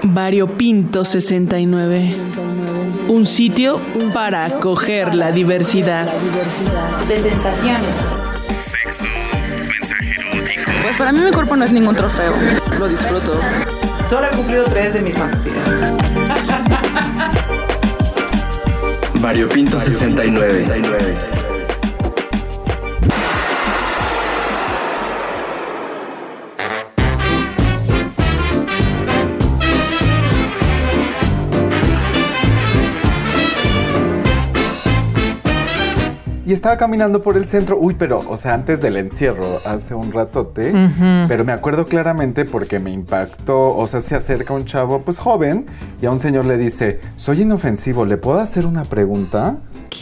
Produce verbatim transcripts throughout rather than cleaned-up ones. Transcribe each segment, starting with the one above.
Variopinto sesenta y nueve. Un sitio para acoger la diversidad. De sensaciones. Sexo, mensaje erótico. Pues para mí mi cuerpo no es ningún trofeo. Lo disfruto. Solo he cumplido tres de mis fantasías. Variopinto sesenta y nueve. Y estaba caminando por el centro, uy, pero, o sea, antes del encierro, hace un ratote, uh-huh. Pero me acuerdo claramente porque me impactó, o sea, se acerca un chavo, pues joven, y a un señor le dice, soy inofensivo, ¿le puedo hacer una pregunta?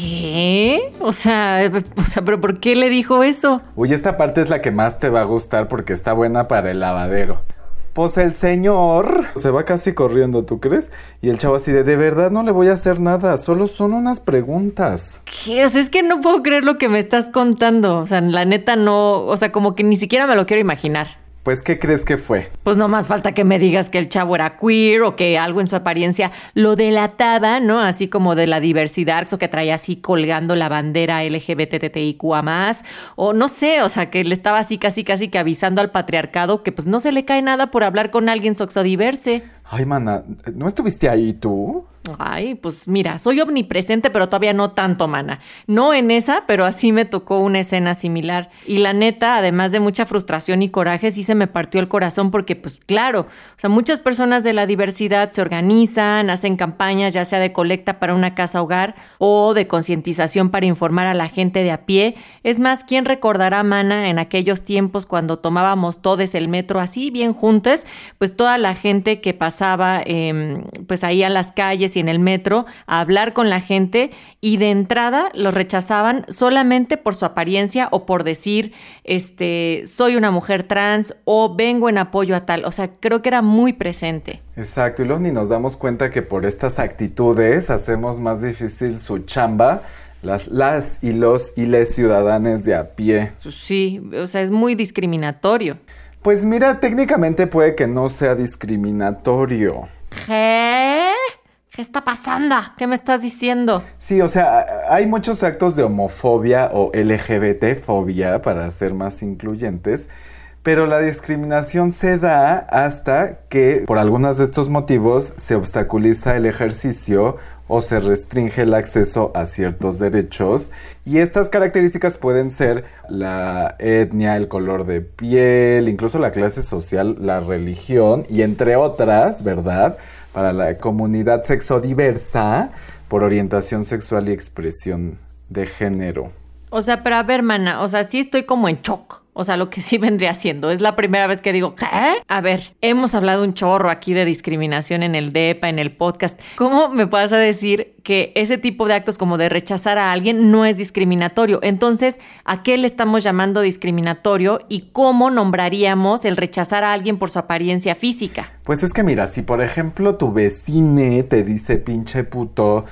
¿Qué? O sea, o sea, ¿pero por qué le dijo eso? Uy, esta parte es la que más te va a gustar porque está buena para el lavadero. Pues el señor se va casi corriendo, ¿tú crees? Y el chavo así de, de verdad no le voy a hacer nada, solo son unas preguntas. ¿Qué? O sea, es que no puedo creer lo que me estás contando. O sea, la neta no, o sea, como que ni siquiera me lo quiero imaginar. Pues, ¿qué crees que fue? Pues no más falta que me digas que el chavo era queer o que algo en su apariencia lo delataba, ¿no? Así como de la diversidad, o que traía así colgando la bandera L G B T I Q A más, o no sé, o sea, que le estaba así casi casi que avisando al patriarcado que pues no se le cae nada por hablar con alguien sexodiverse. Ay, mana, ¿no estuviste ahí tú? Ay, pues mira, soy omnipresente, pero todavía no tanto, mana. No en esa, pero así me tocó una escena similar. Y la neta, además de mucha frustración y coraje, sí se me partió el corazón porque, pues claro, o sea, muchas personas de la diversidad se organizan, hacen campañas, ya sea de colecta para una casa hogar o de concientización para informar a la gente de a pie. Es más, ¿quién recordará, mana, en aquellos tiempos cuando tomábamos todos el metro así bien juntos? Pues toda la gente que pasaba eh, pues ahí a las calles y en el metro a hablar con la gente y de entrada los rechazaban solamente por su apariencia o por decir este soy una mujer trans o vengo en apoyo a tal. O sea, creo que era muy presente. Exacto, y luego ni nos damos cuenta que por estas actitudes hacemos más difícil su chamba. Las, las y los y les ciudadanos de a pie. Sí, o sea, es muy discriminatorio. Pues mira, técnicamente puede que no sea discriminatorio. ¿Qué? ¿Qué está pasando? ¿Qué me estás diciendo? Sí, o sea, hay muchos actos de homofobia o L G B T-fobia, para ser más incluyentes, pero la discriminación se da hasta que, por algunos de estos motivos, se obstaculiza el ejercicio o se restringe el acceso a ciertos derechos. Y estas características pueden ser la etnia, el color de piel, incluso la clase social, la religión y entre otras, ¿verdad?, para la comunidad sexodiversa por orientación sexual y expresión de género. O sea, pero a ver, mana, o sea, sí estoy como en shock. O sea, lo que sí vendría siendo. Es la primera vez que digo, ¿qué? A ver, hemos hablado un chorro aquí de discriminación en el D E P A, en el podcast. ¿Cómo me vas a decir que ese tipo de actos como de rechazar a alguien no es discriminatorio? Entonces, ¿a qué le estamos llamando discriminatorio y cómo nombraríamos el rechazar a alguien por su apariencia física? Pues es que mira, si por ejemplo tu vecine te dice pinche puto,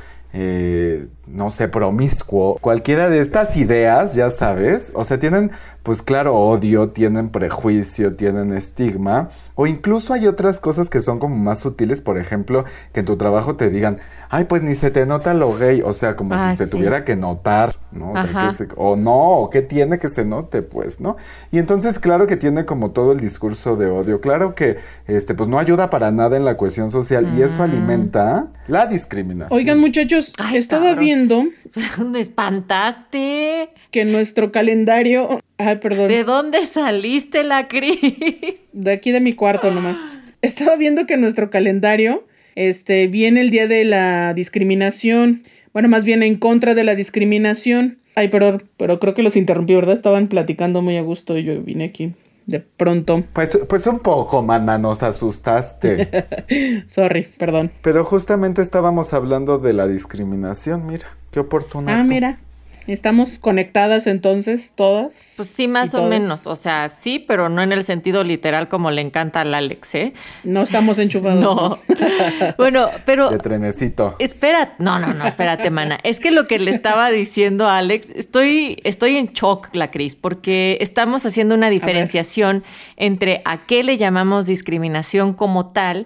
eh, no sé, promiscuo, cualquiera de estas ideas, ya sabes, o sea, tienen, pues claro, odio, tienen prejuicio, tienen estigma, o incluso hay otras cosas que son como más sutiles, por ejemplo, que en tu trabajo te digan, ay, pues ni se te nota lo gay, o sea, como ah, si se sí. tuviera que notar, ¿no? O, sea, que se, o no, o que tiene que se note, pues, ¿no? Y entonces, claro que tiene como todo el discurso de odio, claro que, este, pues no ayuda para nada en la cohesión social, mm. y eso alimenta la discriminación. Oigan, muchachos, ay, estaba cabrón. viendo Me espantaste. Que nuestro calendario... Ay, perdón. ¿De dónde saliste, la Cris? De aquí de mi cuarto nomás. Estaba viendo que nuestro calendario este, viene el día de la discriminación. Bueno, más bien en contra de la discriminación. Ay, perdón, pero creo que los interrumpí, ¿verdad? Estaban platicando muy a gusto y yo vine aquí de pronto. Pues, pues un poco, mana, nos asustaste. Sorry, perdón. Pero justamente estábamos hablando de la discriminación, mira, qué oportuno. Ah, mira, ¿estamos conectadas entonces todas? Pues sí, más o todos? menos, o sea, sí, pero no en el sentido literal como le encanta al Alex, ¿eh? No estamos enchufados. No. Bueno, pero... De trenecito. Espera, no, no, no, espérate, mana. Es que lo que le estaba diciendo a Alex, estoy, estoy en shock, la Cris, porque estamos haciendo una diferenciación entre a qué le llamamos discriminación como tal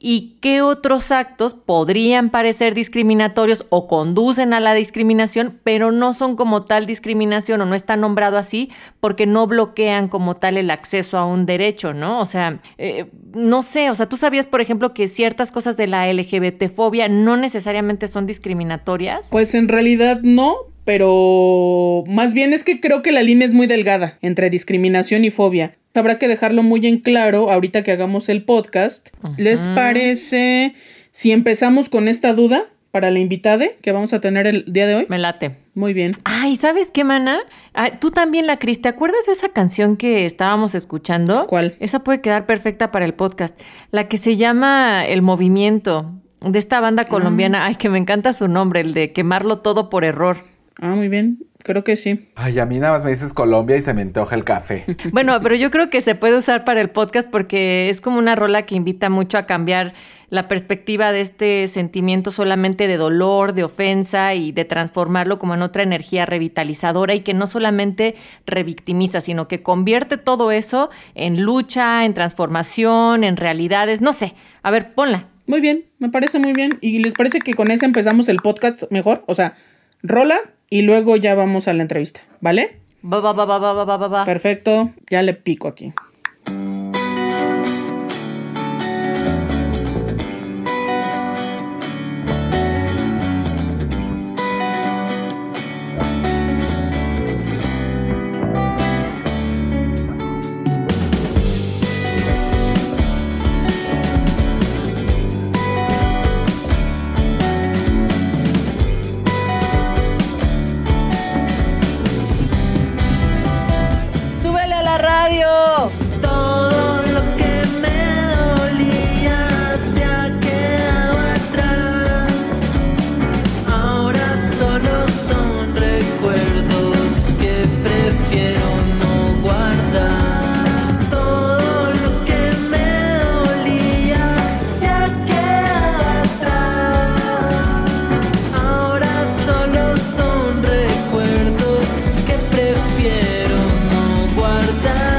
y qué otros actos podrían parecer discriminatorios o conducen a la discriminación, pero no son como tal discriminación o no está nombrado así porque no bloquean como tal el acceso a un derecho, ¿no? O sea, eh, no sé, o sea, ¿tú sabías, por ejemplo, que ciertas cosas de la L G B T fobia no necesariamente son discriminatorias? Pues en realidad no, pero más bien es que creo que la línea es muy delgada entre discriminación y fobia. Habrá que dejarlo muy en claro ahorita que hagamos el podcast. Uh-huh. ¿Les parece si empezamos con esta duda para la invitada que vamos a tener el día de hoy? Me late. Muy bien. Ay, ¿sabes qué, mana? Ah, tú también, la Cris, ¿te acuerdas de esa canción que estábamos escuchando? ¿Cuál? Esa puede quedar perfecta para el podcast. La que se llama El Movimiento, de esta banda colombiana. Ah. Ay, que me encanta su nombre, el de Quemarlo Todo por Error. Ah, muy bien. Creo que sí. Ay, a mí nada más me dices Colombia y se me antoja el café. Bueno, pero yo creo que se puede usar para el podcast porque es como una rola que invita mucho a cambiar la perspectiva de este sentimiento solamente de dolor, de ofensa y de transformarlo como en otra energía revitalizadora y que no solamente revictimiza, sino que convierte todo eso en lucha, en transformación, en realidades, no sé. A ver, ponla. Muy bien, me parece muy bien. ¿Y les parece que con esa empezamos el podcast mejor? O sea, rola y luego ya vamos a la entrevista, ¿vale? Va, va, va, va, va, va, va, va. Perfecto, ya le pico aquí. Todo lo que me dolía se ha quedado atrás. Ahora solo son recuerdos que prefiero no guardar. Todo lo que me dolía se ha quedado atrás. Ahora solo son recuerdos que prefiero no guardar.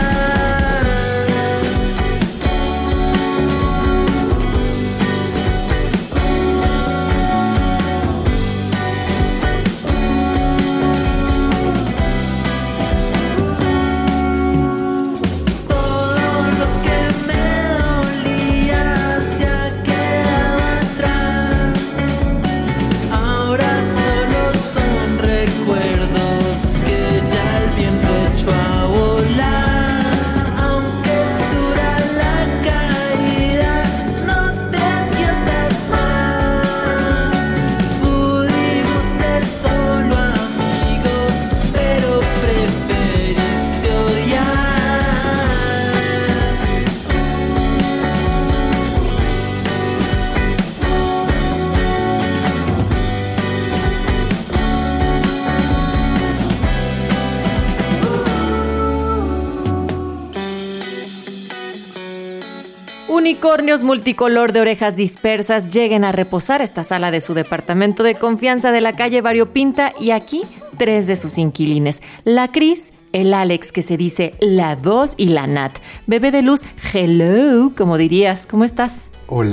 Unicornios multicolor de orejas dispersas lleguen a reposar esta sala de su departamento de confianza de la calle Variopinta y aquí tres de sus inquilines, la Cris, el Alex que se dice la dos y la Nat. Bebé de luz, hello, como dirías, ¿cómo estás?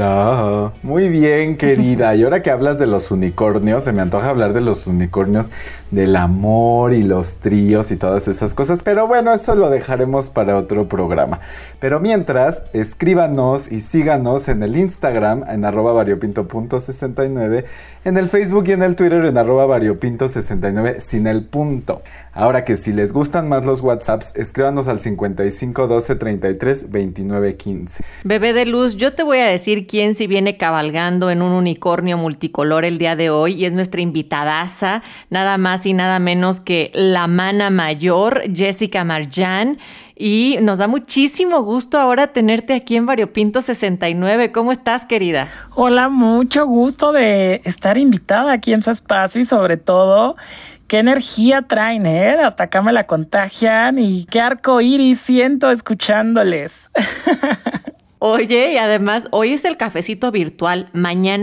Hola, muy bien, querida. Y ahora que hablas de los unicornios, se me antoja hablar de los unicornios del amor y los tríos y todas esas cosas. Pero bueno, eso lo dejaremos para otro programa. Pero mientras, escríbanos y síganos en el Instagram en arroba variopinto punto sesenta y nueve, en el Facebook y en el Twitter en arroba variopinto sesenta y nueve sin el punto. Ahora que si les gustan más los WhatsApps, escríbanos al cincuenta y cinco doce treinta y tres veintinueve quince. Bebé de luz, yo te voy a decir quién si viene cabalgando en un unicornio multicolor el día de hoy y es nuestra invitadaza, nada más y nada menos que la mana mayor, Jessica Marjan. Y nos da muchísimo gusto ahora tenerte aquí en Variopinto sesenta y nueve. ¿Cómo estás, querida? Hola, mucho gusto de estar invitada aquí en su espacio y sobre todo, qué energía traen, ¿eh? Hasta acá me la contagian y qué arco iris siento escuchándoles. Oye, y además, hoy es el cafecito virtual. Mañana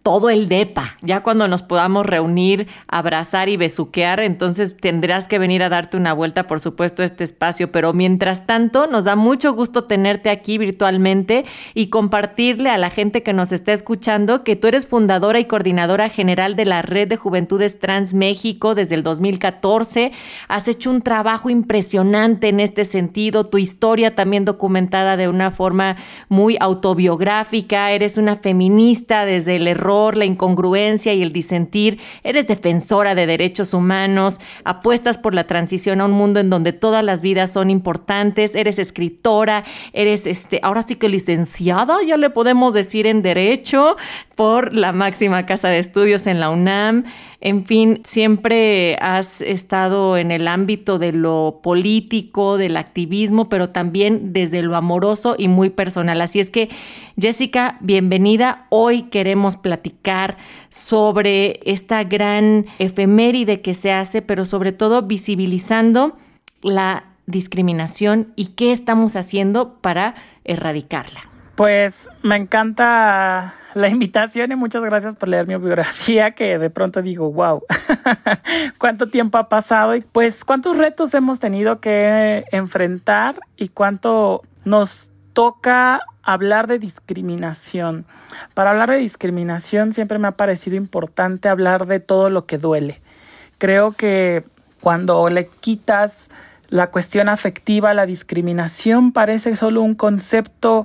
todo el depa. Ya cuando nos podamos reunir, abrazar y besuquear, entonces tendrás que venir a darte una vuelta, por supuesto, a este espacio. Pero mientras tanto, nos da mucho gusto tenerte aquí virtualmente y compartirle a la gente que nos está escuchando que tú eres fundadora y coordinadora general de la Red de Juventudes Trans México desde el dos mil catorce. Has hecho un trabajo impresionante en este sentido. Tu historia también documentada de una forma muy autobiográfica. Eres una feminista desde el error, la incongruencia y el disentir. Eres defensora de derechos humanos, apuestas por la transición a un mundo en donde todas las vidas son importantes. Eres escritora, eres este, ahora sí que licenciada, ya le podemos decir, en Derecho por la máxima casa de estudios en la UNAM. En fin, siempre has estado en el ámbito de lo político, del activismo, pero también desde lo amoroso y muy personal. Así es que, Jessica, bienvenida. Hoy queremos platicar sobre esta gran efeméride que se hace, pero sobre todo visibilizando la discriminación y qué estamos haciendo para erradicarla. Pues me encanta la invitación y muchas gracias por leer mi biografía, que de pronto digo, wow, cuánto tiempo ha pasado y pues cuántos retos hemos tenido que enfrentar y cuánto nos toca hablar de discriminación. Para hablar de discriminación siempre me ha parecido importante hablar de todo lo que duele. Creo que cuando le quitas la cuestión afectiva, la discriminación parece solo un concepto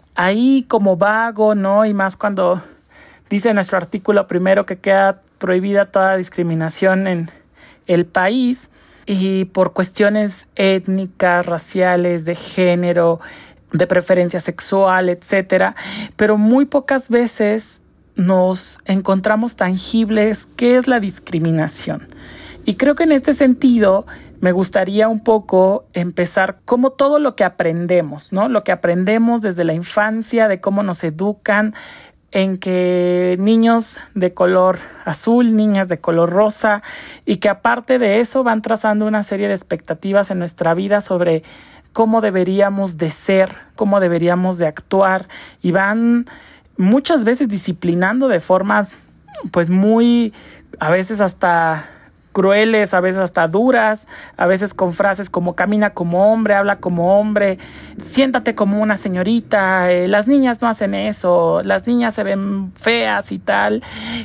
ahí como vago, ¿no? Y más cuando dice nuestro artículo primero que queda prohibida toda discriminación en el país y por cuestiones étnicas, raciales, de género, de preferencia sexual, etcétera. Pero muy pocas veces nos encontramos tangibles qué es la discriminación. Y creo que en este sentido me gustaría un poco empezar como todo lo que aprendemos, ¿no? Lo que aprendemos desde la infancia, de cómo nos educan, en que niños de color azul, niñas de color rosa, y que aparte de eso van trazando una serie de expectativas en nuestra vida sobre cómo deberíamos de ser, cómo deberíamos de actuar, y van muchas veces disciplinando de formas pues muy, a veces hasta crueles, a veces hasta duras, a veces con frases como camina como hombre, habla como hombre, siéntate como una señorita, eh, las niñas no hacen eso, las niñas se ven feas y tal,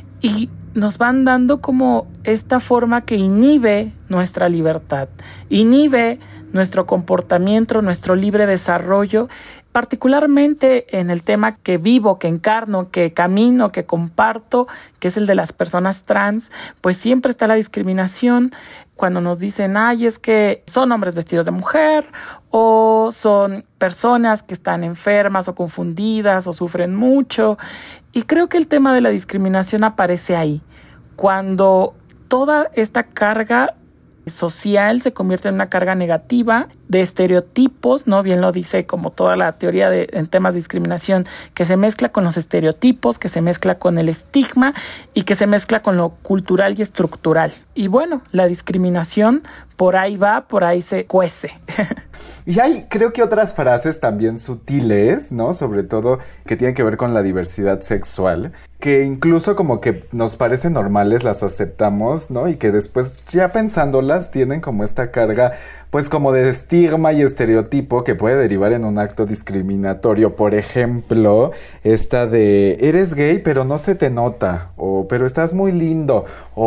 y nos van dando como esta forma que inhibe nuestra libertad, inhibe nuestro comportamiento, nuestro libre desarrollo, particularmente en el tema que vivo, que encarno, que camino, que comparto, que es el de las personas trans, pues siempre está la discriminación cuando nos dicen, ay, es que son hombres vestidos de mujer, o son personas que están enfermas o confundidas o sufren mucho. Y creo que el tema de la discriminación aparece ahí, cuando toda esta carga social se convierte en una carga negativa de estereotipos, ¿no? Bien lo dice como toda la teoría de, en temas de discriminación, que se mezcla con los estereotipos, que se mezcla con el estigma y que se mezcla con lo cultural y estructural. Y bueno, la discriminación por ahí va, por ahí se cuece. Y hay, creo que otras frases también sutiles, ¿no? Sobre todo que tienen que ver con la diversidad sexual, que incluso como que nos parecen normales, las aceptamos, ¿no? Y que después ya pensándolas tienen como esta carga, pues como de estigma y estereotipo que puede derivar en un acto discriminatorio. Por ejemplo, esta de eres gay pero no se te nota, o pero estás muy lindo,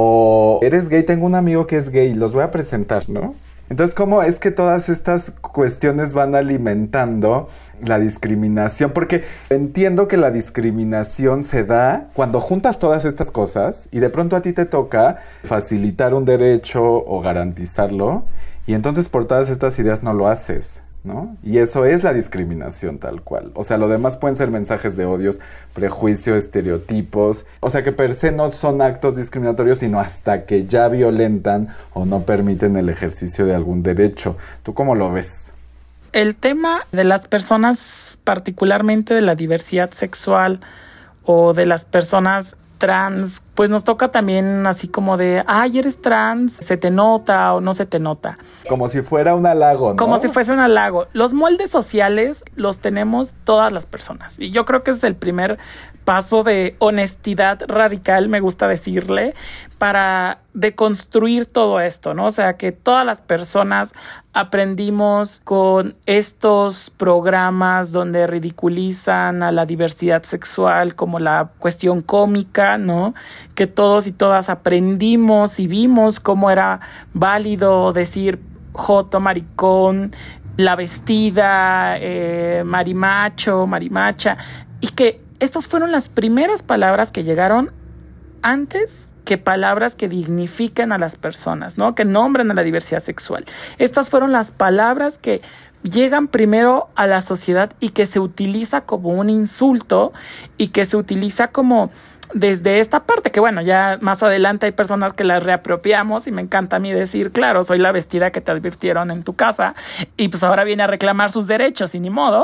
o eres gay, tengo un amigo que es gay, los voy a presentar, ¿no? Entonces, ¿cómo es que todas estas cuestiones van alimentando la discriminación? Porque entiendo que la discriminación se da cuando juntas todas estas cosas y de pronto a ti te toca facilitar un derecho o garantizarlo, y entonces por todas estas ideas no lo haces, ¿no? Y eso es la discriminación tal cual. O sea, lo demás pueden ser mensajes de odios, prejuicios, estereotipos. O sea, que per se no son actos discriminatorios, sino hasta que ya violentan o no permiten el ejercicio de algún derecho. ¿Tú cómo lo ves? El tema de las personas, particularmente de la diversidad sexual o de las personas trans, pues nos toca también así como de, ay, eres trans, se te nota o no se te nota. Como si fuera un halago, ¿no? Como si fuese un halago. Los moldes sociales los tenemos todas las personas. Y yo creo que ese es el primer paso de honestidad radical, me gusta decirle, para deconstruir todo esto, ¿no? O sea, que todas las personas aprendimos con estos programas donde ridiculizan a la diversidad sexual como la cuestión cómica, ¿no? Que todos y todas aprendimos y vimos cómo era válido decir joto, maricón, la vestida, eh, marimacho, marimacha, y que estas fueron las primeras palabras que llegaron antes que palabras que dignifican a las personas, ¿no? Que nombran a la diversidad sexual. Estas fueron las palabras que llegan primero a la sociedad y que se utiliza como un insulto y que se utiliza como desde esta parte, que bueno, ya más adelante hay personas que las reapropiamos y me encanta a mí decir, claro, soy la vestida que te advirtieron en tu casa y pues ahora viene a reclamar sus derechos y ni modo.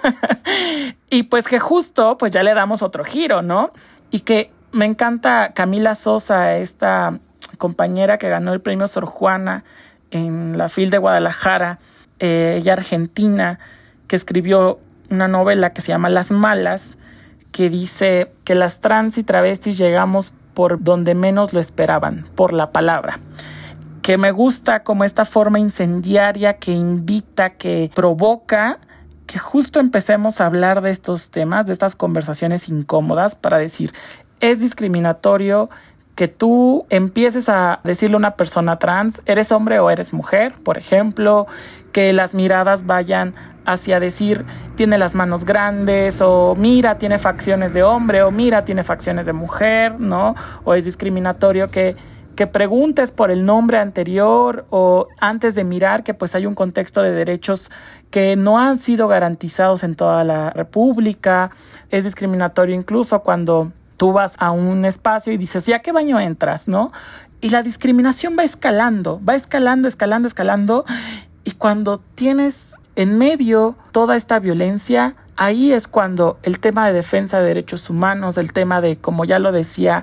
Y pues que justo pues ya le damos otro giro, ¿no? Y que me encanta Camila Sosa, esta compañera que ganó el premio Sor Juana en la F I L de Guadalajara, eh, ella argentina, que escribió una novela que se llama Las Malas, que dice que las trans y travestis llegamos por donde menos lo esperaban, por la palabra. Que me gusta como esta forma incendiaria que invita, que provoca, que justo empecemos a hablar de estos temas, de estas conversaciones incómodas para decir, es discriminatorio que tú empieces a decirle a una persona trans, eres hombre o eres mujer, por ejemplo, que las miradas vayan hacia decir, tiene las manos grandes, o mira, tiene facciones de hombre, o mira, tiene facciones de mujer, ¿no? O es discriminatorio que, que preguntes por el nombre anterior, o antes de mirar que pues hay un contexto de derechos que no han sido garantizados en toda la República. Es discriminatorio incluso cuando tú vas a un espacio y dices, ¿ya qué baño entras, no? Y la discriminación va escalando, va escalando, escalando, escalando. Y cuando tienes en medio toda esta violencia, ahí es cuando el tema de defensa de derechos humanos, el tema de, como ya lo decía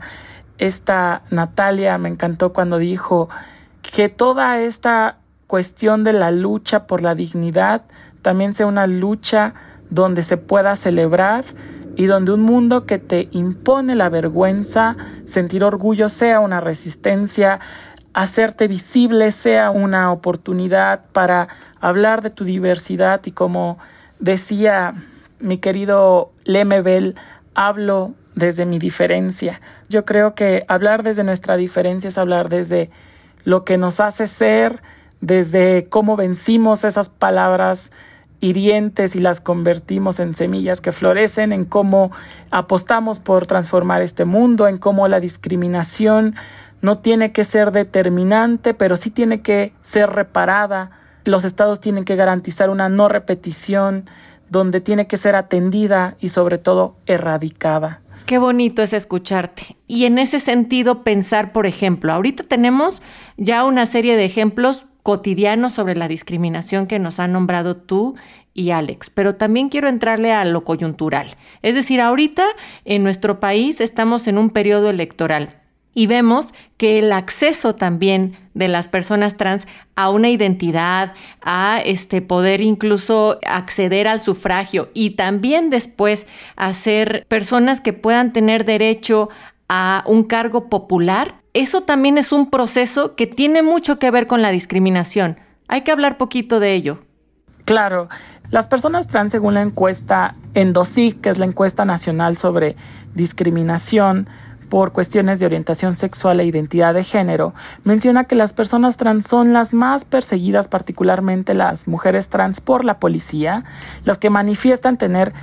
esta Natalia, me encantó cuando dijo que toda esta cuestión de la lucha por la dignidad también sea una lucha donde se pueda celebrar y donde un mundo que te impone la vergüenza, sentir orgullo sea una resistencia, hacerte visible sea una oportunidad para hablar de tu diversidad. Y como decía mi querido Lemebel, hablo desde mi diferencia. Yo creo que hablar desde nuestra diferencia es hablar desde lo que nos hace ser, desde cómo vencimos esas palabras hirientes y las convertimos en semillas que florecen, en cómo apostamos por transformar este mundo, en cómo la discriminación no tiene que ser determinante, pero sí tiene que ser reparada. Los estados tienen que garantizar una no repetición, donde tiene que ser atendida y sobre todo erradicada. Qué bonito es escucharte. Y en ese sentido pensar, por ejemplo, ahorita tenemos ya una serie de ejemplos cotidianos sobre la discriminación que nos han nombrado tú y Alex, pero también quiero entrarle a lo coyuntural. Es decir, ahorita en nuestro país estamos en un periodo electoral y vemos que el acceso también de las personas trans a una identidad, a este poder incluso acceder al sufragio y también después a ser personas que puedan tener derecho a un cargo popular, eso también es un proceso que tiene mucho que ver con la discriminación. Hay que hablar poquito de ello. Claro, las personas trans, según la encuesta ENDOCIG, que es la encuesta nacional sobre discriminación por cuestiones de orientación sexual e identidad de género, menciona que las personas trans son las más perseguidas, particularmente las mujeres trans, por la policía, las que manifiestan tener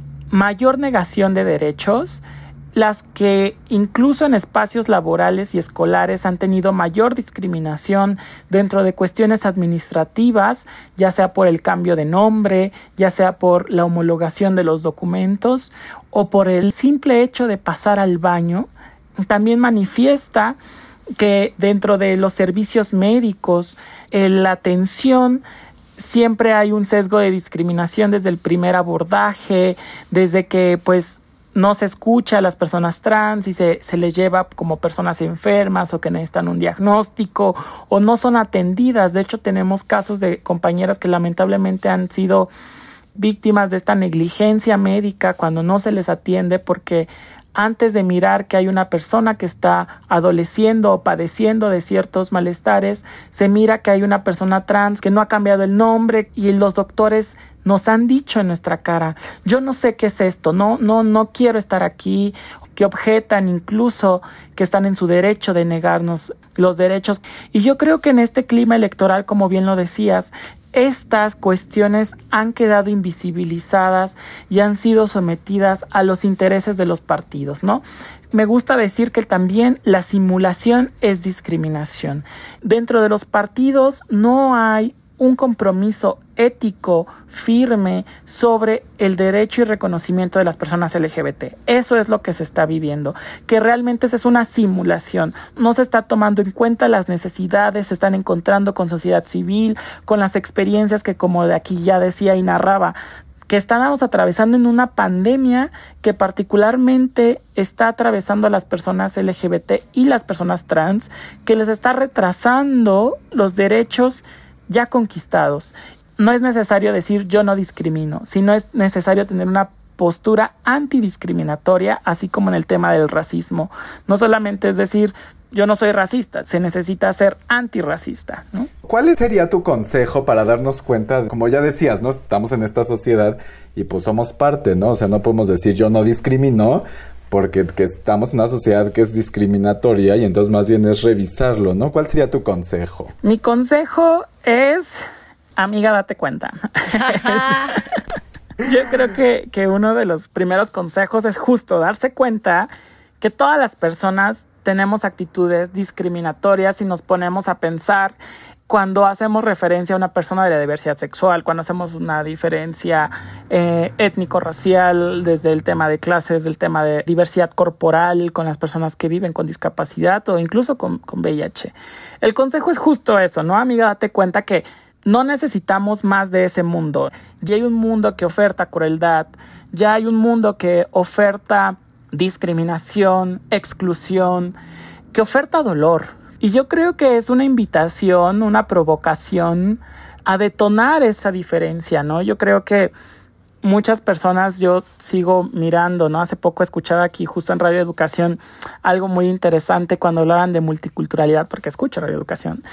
mayor negación de derechos, las que incluso en espacios laborales y escolares han tenido mayor discriminación dentro de cuestiones administrativas, ya sea por el cambio de nombre, ya sea por la homologación de los documentos o por el simple hecho de pasar al baño. También manifiesta que dentro de los servicios médicos, en la atención, siempre hay un sesgo de discriminación desde el primer abordaje, desde que pues no se escucha a las personas trans y se, se les lleva como personas enfermas o que necesitan un diagnóstico o no son atendidas. De hecho, tenemos casos de compañeras que lamentablemente han sido víctimas de esta negligencia médica cuando no se les atiende, porque antes de mirar que hay una persona que está adoleciendo o padeciendo de ciertos malestares, se mira que hay una persona trans que no ha cambiado el nombre y los doctores nos han dicho en nuestra cara, yo no sé qué es esto, no, no, no quiero estar aquí, que objetan incluso que están en su derecho de negarnos los derechos. Y yo creo que en este clima electoral, como bien lo decías, estas cuestiones han quedado invisibilizadas y han sido sometidas a los intereses de los partidos, ¿no? Me gusta decir que también la simulación es discriminación. Dentro de los partidos no hay un compromiso ético firme sobre el derecho y reconocimiento de las personas L G B T. Eso es lo que se está viviendo, que realmente es una simulación. No se está tomando en cuenta las necesidades, se están encontrando con sociedad civil, con las experiencias que, como de aquí ya decía y narraba, que estamos atravesando en una pandemia que particularmente está atravesando a las personas L G B T y las personas trans, que les está retrasando los derechos ya conquistados. No es necesario decir yo no discrimino, sino es necesario tener una postura antidiscriminatoria, así como en el tema del racismo. No solamente es decir yo no soy racista, se necesita ser antirracista, ¿no? ¿Cuál sería tu consejo para darnos cuenta, como ya decías, ¿no? Estamos en esta sociedad y pues somos parte, ¿no? O sea, no podemos decir yo no discrimino, porque que estamos en una sociedad que es discriminatoria y entonces más bien es revisarlo, ¿no? ¿Cuál sería tu consejo? Mi consejo es, amiga, date cuenta. Yo creo que, que uno de los primeros consejos es justo darse cuenta que todas las personas tenemos actitudes discriminatorias y nos ponemos a pensar cuando hacemos referencia a una persona de la diversidad sexual, cuando hacemos una diferencia eh, étnico-racial, desde el tema de clases, del tema de diversidad corporal, con las personas que viven con discapacidad o incluso con, con V I H. El consejo es justo eso, ¿no, amiga? Date cuenta que no necesitamos más de ese mundo. Ya hay un mundo que oferta crueldad, ya hay un mundo que oferta discriminación, exclusión, que oferta dolor. Y yo creo que es una invitación, una provocación a detonar esa diferencia, ¿no? Yo creo que muchas personas, yo sigo mirando, ¿no? Hace poco escuchaba aquí justo en Radio Educación algo muy interesante cuando hablaban de multiculturalidad, porque escucho Radio Educación,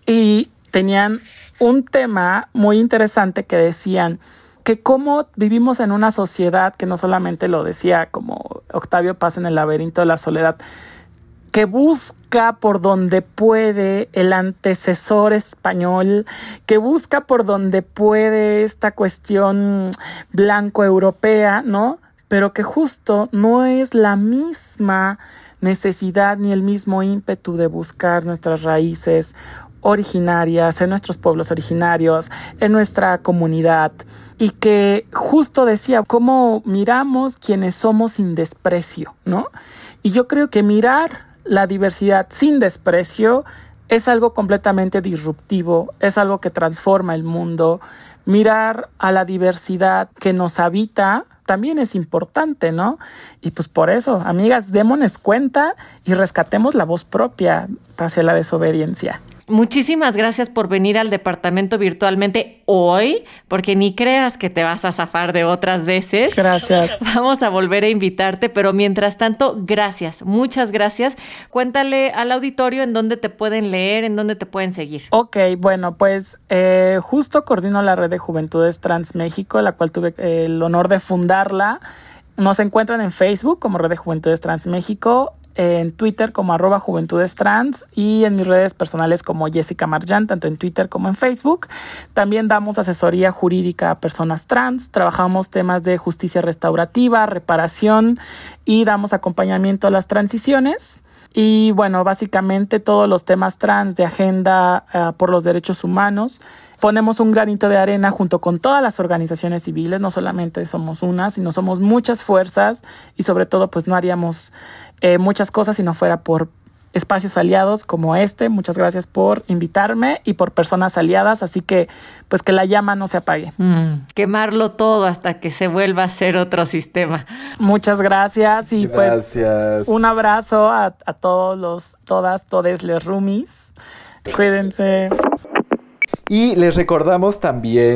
y tenían un tema muy interesante que decían que cómo vivimos en una sociedad que no solamente lo decía como Octavio Paz en El laberinto de la soledad, que busca por donde puede el antecesor español, que busca por donde puede esta cuestión blanco-europea, ¿no? Pero que justo no es la misma necesidad ni el mismo ímpetu de buscar nuestras raíces originarias, en nuestros pueblos originarios, en nuestra comunidad, y que justo decía cómo miramos quienes somos sin desprecio, ¿no? Y yo creo que mirar la diversidad sin desprecio es algo completamente disruptivo, es algo que transforma el mundo. Mirar a la diversidad que nos habita también es importante, ¿no? Y pues por eso, amigas, démonos cuenta y rescatemos la voz propia hacia la desobediencia. Muchísimas gracias por venir al departamento virtualmente hoy, porque ni creas que te vas a zafar de otras veces. Gracias. Vamos a volver a invitarte, pero mientras tanto, gracias, muchas gracias. Cuéntale al auditorio en dónde te pueden leer, en dónde te pueden seguir. Ok, bueno, pues eh, justo coordino la red de Juventudes Trans México, la cual tuve el honor de fundarla. Nos encuentran en Facebook como Red de Juventudes Trans México, en Twitter como arroba Juventudes Trans y en mis redes personales como Jessica Marjan, tanto en Twitter como en Facebook. También damos asesoría jurídica a personas trans, trabajamos temas de justicia restaurativa, reparación y damos acompañamiento a las transiciones. Y bueno, básicamente todos los temas trans de agenda uh, por los derechos humanos. Ponemos un granito de arena junto con todas las organizaciones civiles, no solamente somos una, sino somos muchas fuerzas y sobre todo pues no haríamos eh, muchas cosas si no fuera por espacios aliados como este. Muchas gracias por invitarme y por personas aliadas, así que pues que la llama no se apague. Mm, quemarlo todo hasta que se vuelva a ser otro sistema. Muchas gracias y Gracias. pues un abrazo a, a todos los, todas, todes les roomies. Cuídense. Y les recordamos también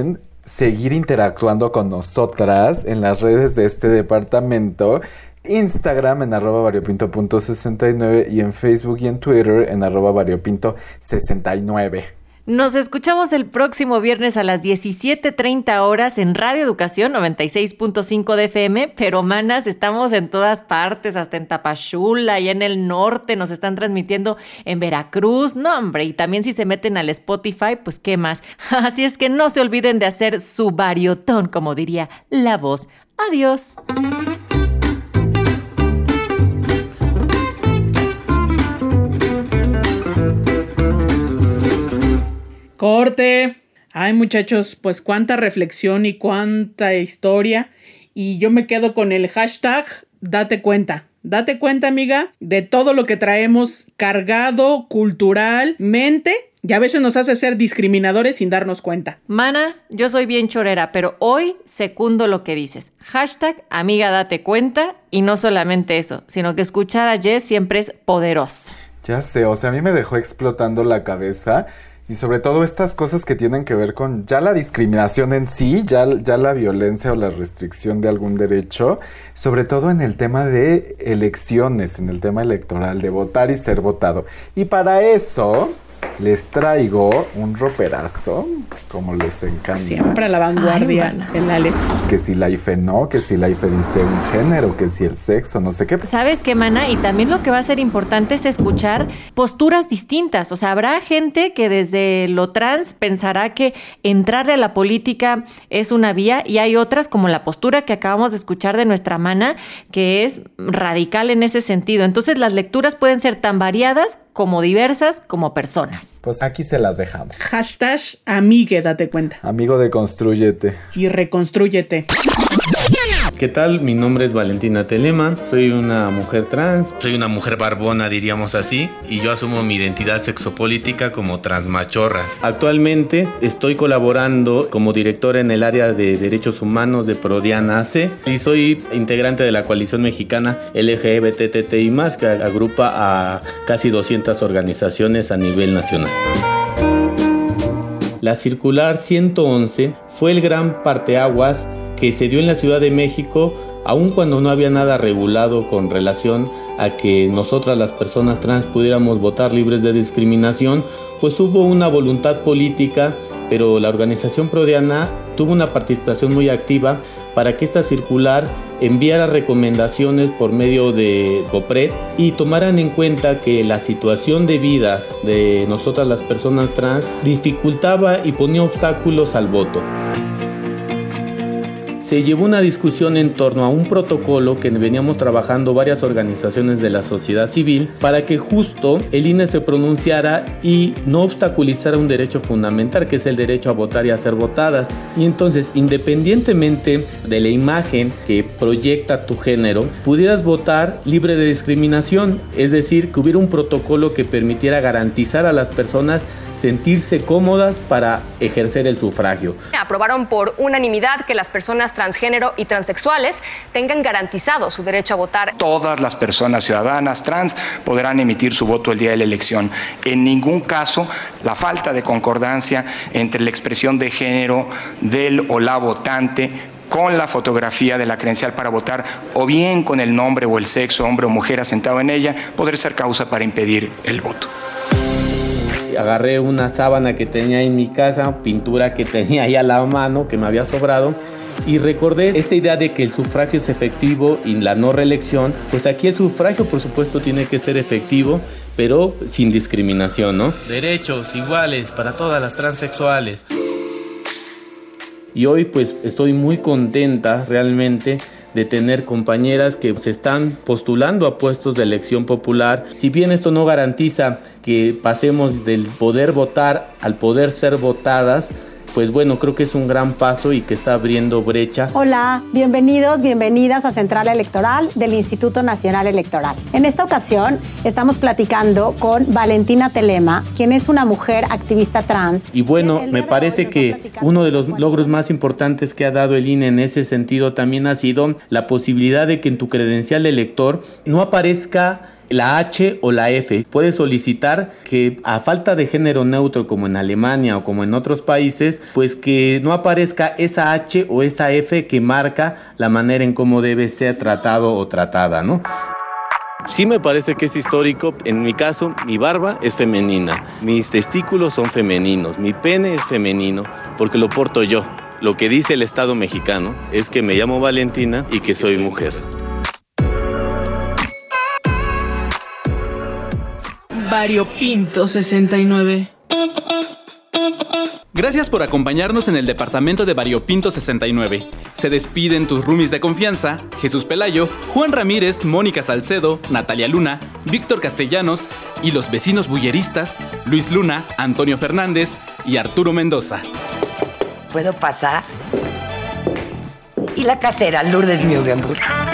seguir interactuando con nosotras en las redes de este departamento. Instagram en arroba variopinto punto sesenta y nueve y en Facebook y en Twitter en arroba variopinto sesenta y nueve. Nos escuchamos el próximo viernes a las diecisiete treinta horas en Radio Educación noventa y seis punto cinco de F M, pero manas, estamos en todas partes, hasta en Tapachula y en el norte, nos están transmitiendo en Veracruz, no hombre, y también si se meten al Spotify, pues qué más. Así es que no se olviden de hacer su variotón, como diría la voz. Adiós. Corte. Ay, muchachos, pues cuánta reflexión y cuánta historia. Y yo me quedo con el hashtag date cuenta. Date cuenta, amiga, de todo lo que traemos cargado culturalmente y a veces nos hace ser discriminadores sin darnos cuenta. Mana, yo soy bien chorera, pero hoy secundo lo que dices. Hashtag amiga date cuenta, y no solamente eso, sino que escuchar a Jess siempre es poderoso. Ya sé, o sea, a mí me dejó explotando la cabeza. Y sobre todo estas cosas que tienen que ver con ya la discriminación en sí, ya, ya la violencia o la restricción de algún derecho, sobre todo en el tema de elecciones, en el tema electoral, de votar y ser votado. Y para eso les traigo un roperazo, como les encanta. Siempre a la vanguardia, ay, el Alex. Que si la I F E no, que si la I F E dice un género, que si el sexo, no sé qué. ¿Sabes qué, mana? Y también lo que va a ser importante es escuchar posturas distintas. O sea, habrá gente que desde lo trans pensará que entrarle a la política es una vía, y hay otras, como la postura que acabamos de escuchar de nuestra mana, que es radical en ese sentido. Entonces, las lecturas pueden ser tan variadas como diversas como personas. Pues aquí se las dejamos. Hashtag amigue, date cuenta. Amigo de Constrúyete. Y reconstrúyete. ¿Qué tal? Mi nombre es Valentina Telema, soy una mujer trans. Soy una mujer barbona, diríamos así, y yo asumo mi identidad sexopolítica como transmachorra. Actualmente estoy colaborando como directora en el área de derechos humanos de Prodiana A C y soy integrante de la coalición mexicana L G B T T I más, que agrupa a casi doscientas organizaciones a nivel nacional. La circular ciento once fue el gran parteaguas que se dio en la Ciudad de México, aun cuando no había nada regulado con relación a que nosotras las personas trans pudiéramos votar libres de discriminación, pues hubo una voluntad política, pero la organización Prodiana tuvo una participación muy activa para que esta circular enviara recomendaciones por medio de COPRED y tomaran en cuenta que la situación de vida de nosotras las personas trans dificultaba y ponía obstáculos al voto. Se llevó una discusión en torno a un protocolo que veníamos trabajando varias organizaciones de la sociedad civil para que justo el I N E se pronunciara y no obstaculizara un derecho fundamental, que es el derecho a votar y a ser votadas. Y entonces, independientemente de la imagen que proyecta tu género, pudieras votar libre de discriminación, es decir, que hubiera un protocolo que permitiera garantizar a las personas sentirse cómodas para ejercer el sufragio. Aprobaron por unanimidad que las personas transgénero y transexuales tengan garantizado su derecho a votar. Todas las personas ciudadanas trans podrán emitir su voto el día de la elección. En ningún caso la falta de concordancia entre la expresión de género del o la votante con la fotografía de la credencial para votar o bien con el nombre o el sexo, hombre o mujer asentado en ella, podría ser causa para impedir el voto. Agarré una sábana que tenía en mi casa, pintura que tenía ahí a la mano, que me había sobrado, y recordé esta idea de que el sufragio es efectivo y la no reelección. Pues aquí el sufragio, por supuesto, tiene que ser efectivo, pero sin discriminación, ¿no? Derechos iguales para todas las transexuales. Y hoy pues estoy muy contenta realmente de tener compañeras que se están postulando a puestos de elección popular. Si bien esto no garantiza que pasemos del poder votar al poder ser votadas, pues bueno, creo que es un gran paso y que está abriendo brecha. Hola, bienvenidos, bienvenidas a Central Electoral del Instituto Nacional Electoral. En esta ocasión estamos platicando con Valentina Telema, quien es una mujer activista trans. Y bueno, me parece que uno de los logros más importantes que ha dado el I N E en ese sentido también ha sido la posibilidad de que en tu credencial de elector no aparezca la H o la F. Puedes solicitar que a falta de género neutro como en Alemania o como en otros países, pues que no aparezca esa H o esa F que marca la manera en cómo debe ser tratado o tratada, ¿no? Sí me parece que es histórico. En mi caso, mi barba es femenina, mis testículos son femeninos, mi pene es femenino porque lo porto yo. Lo que dice el Estado mexicano es que me llamo Valentina y que soy mujer. Variopinto sesenta y nueve. Gracias por acompañarnos en el departamento de Variopinto sesenta y nueve. Se despiden tus roomies de confianza, Jesús Pelayo, Juan Ramírez, Mónica Salcedo, Natalia Luna, Víctor Castellanos y los vecinos bulleristas, Luis Luna, Antonio Fernández y Arturo Mendoza. ¿Puedo pasar? Y la casera Lourdes Mugenburg.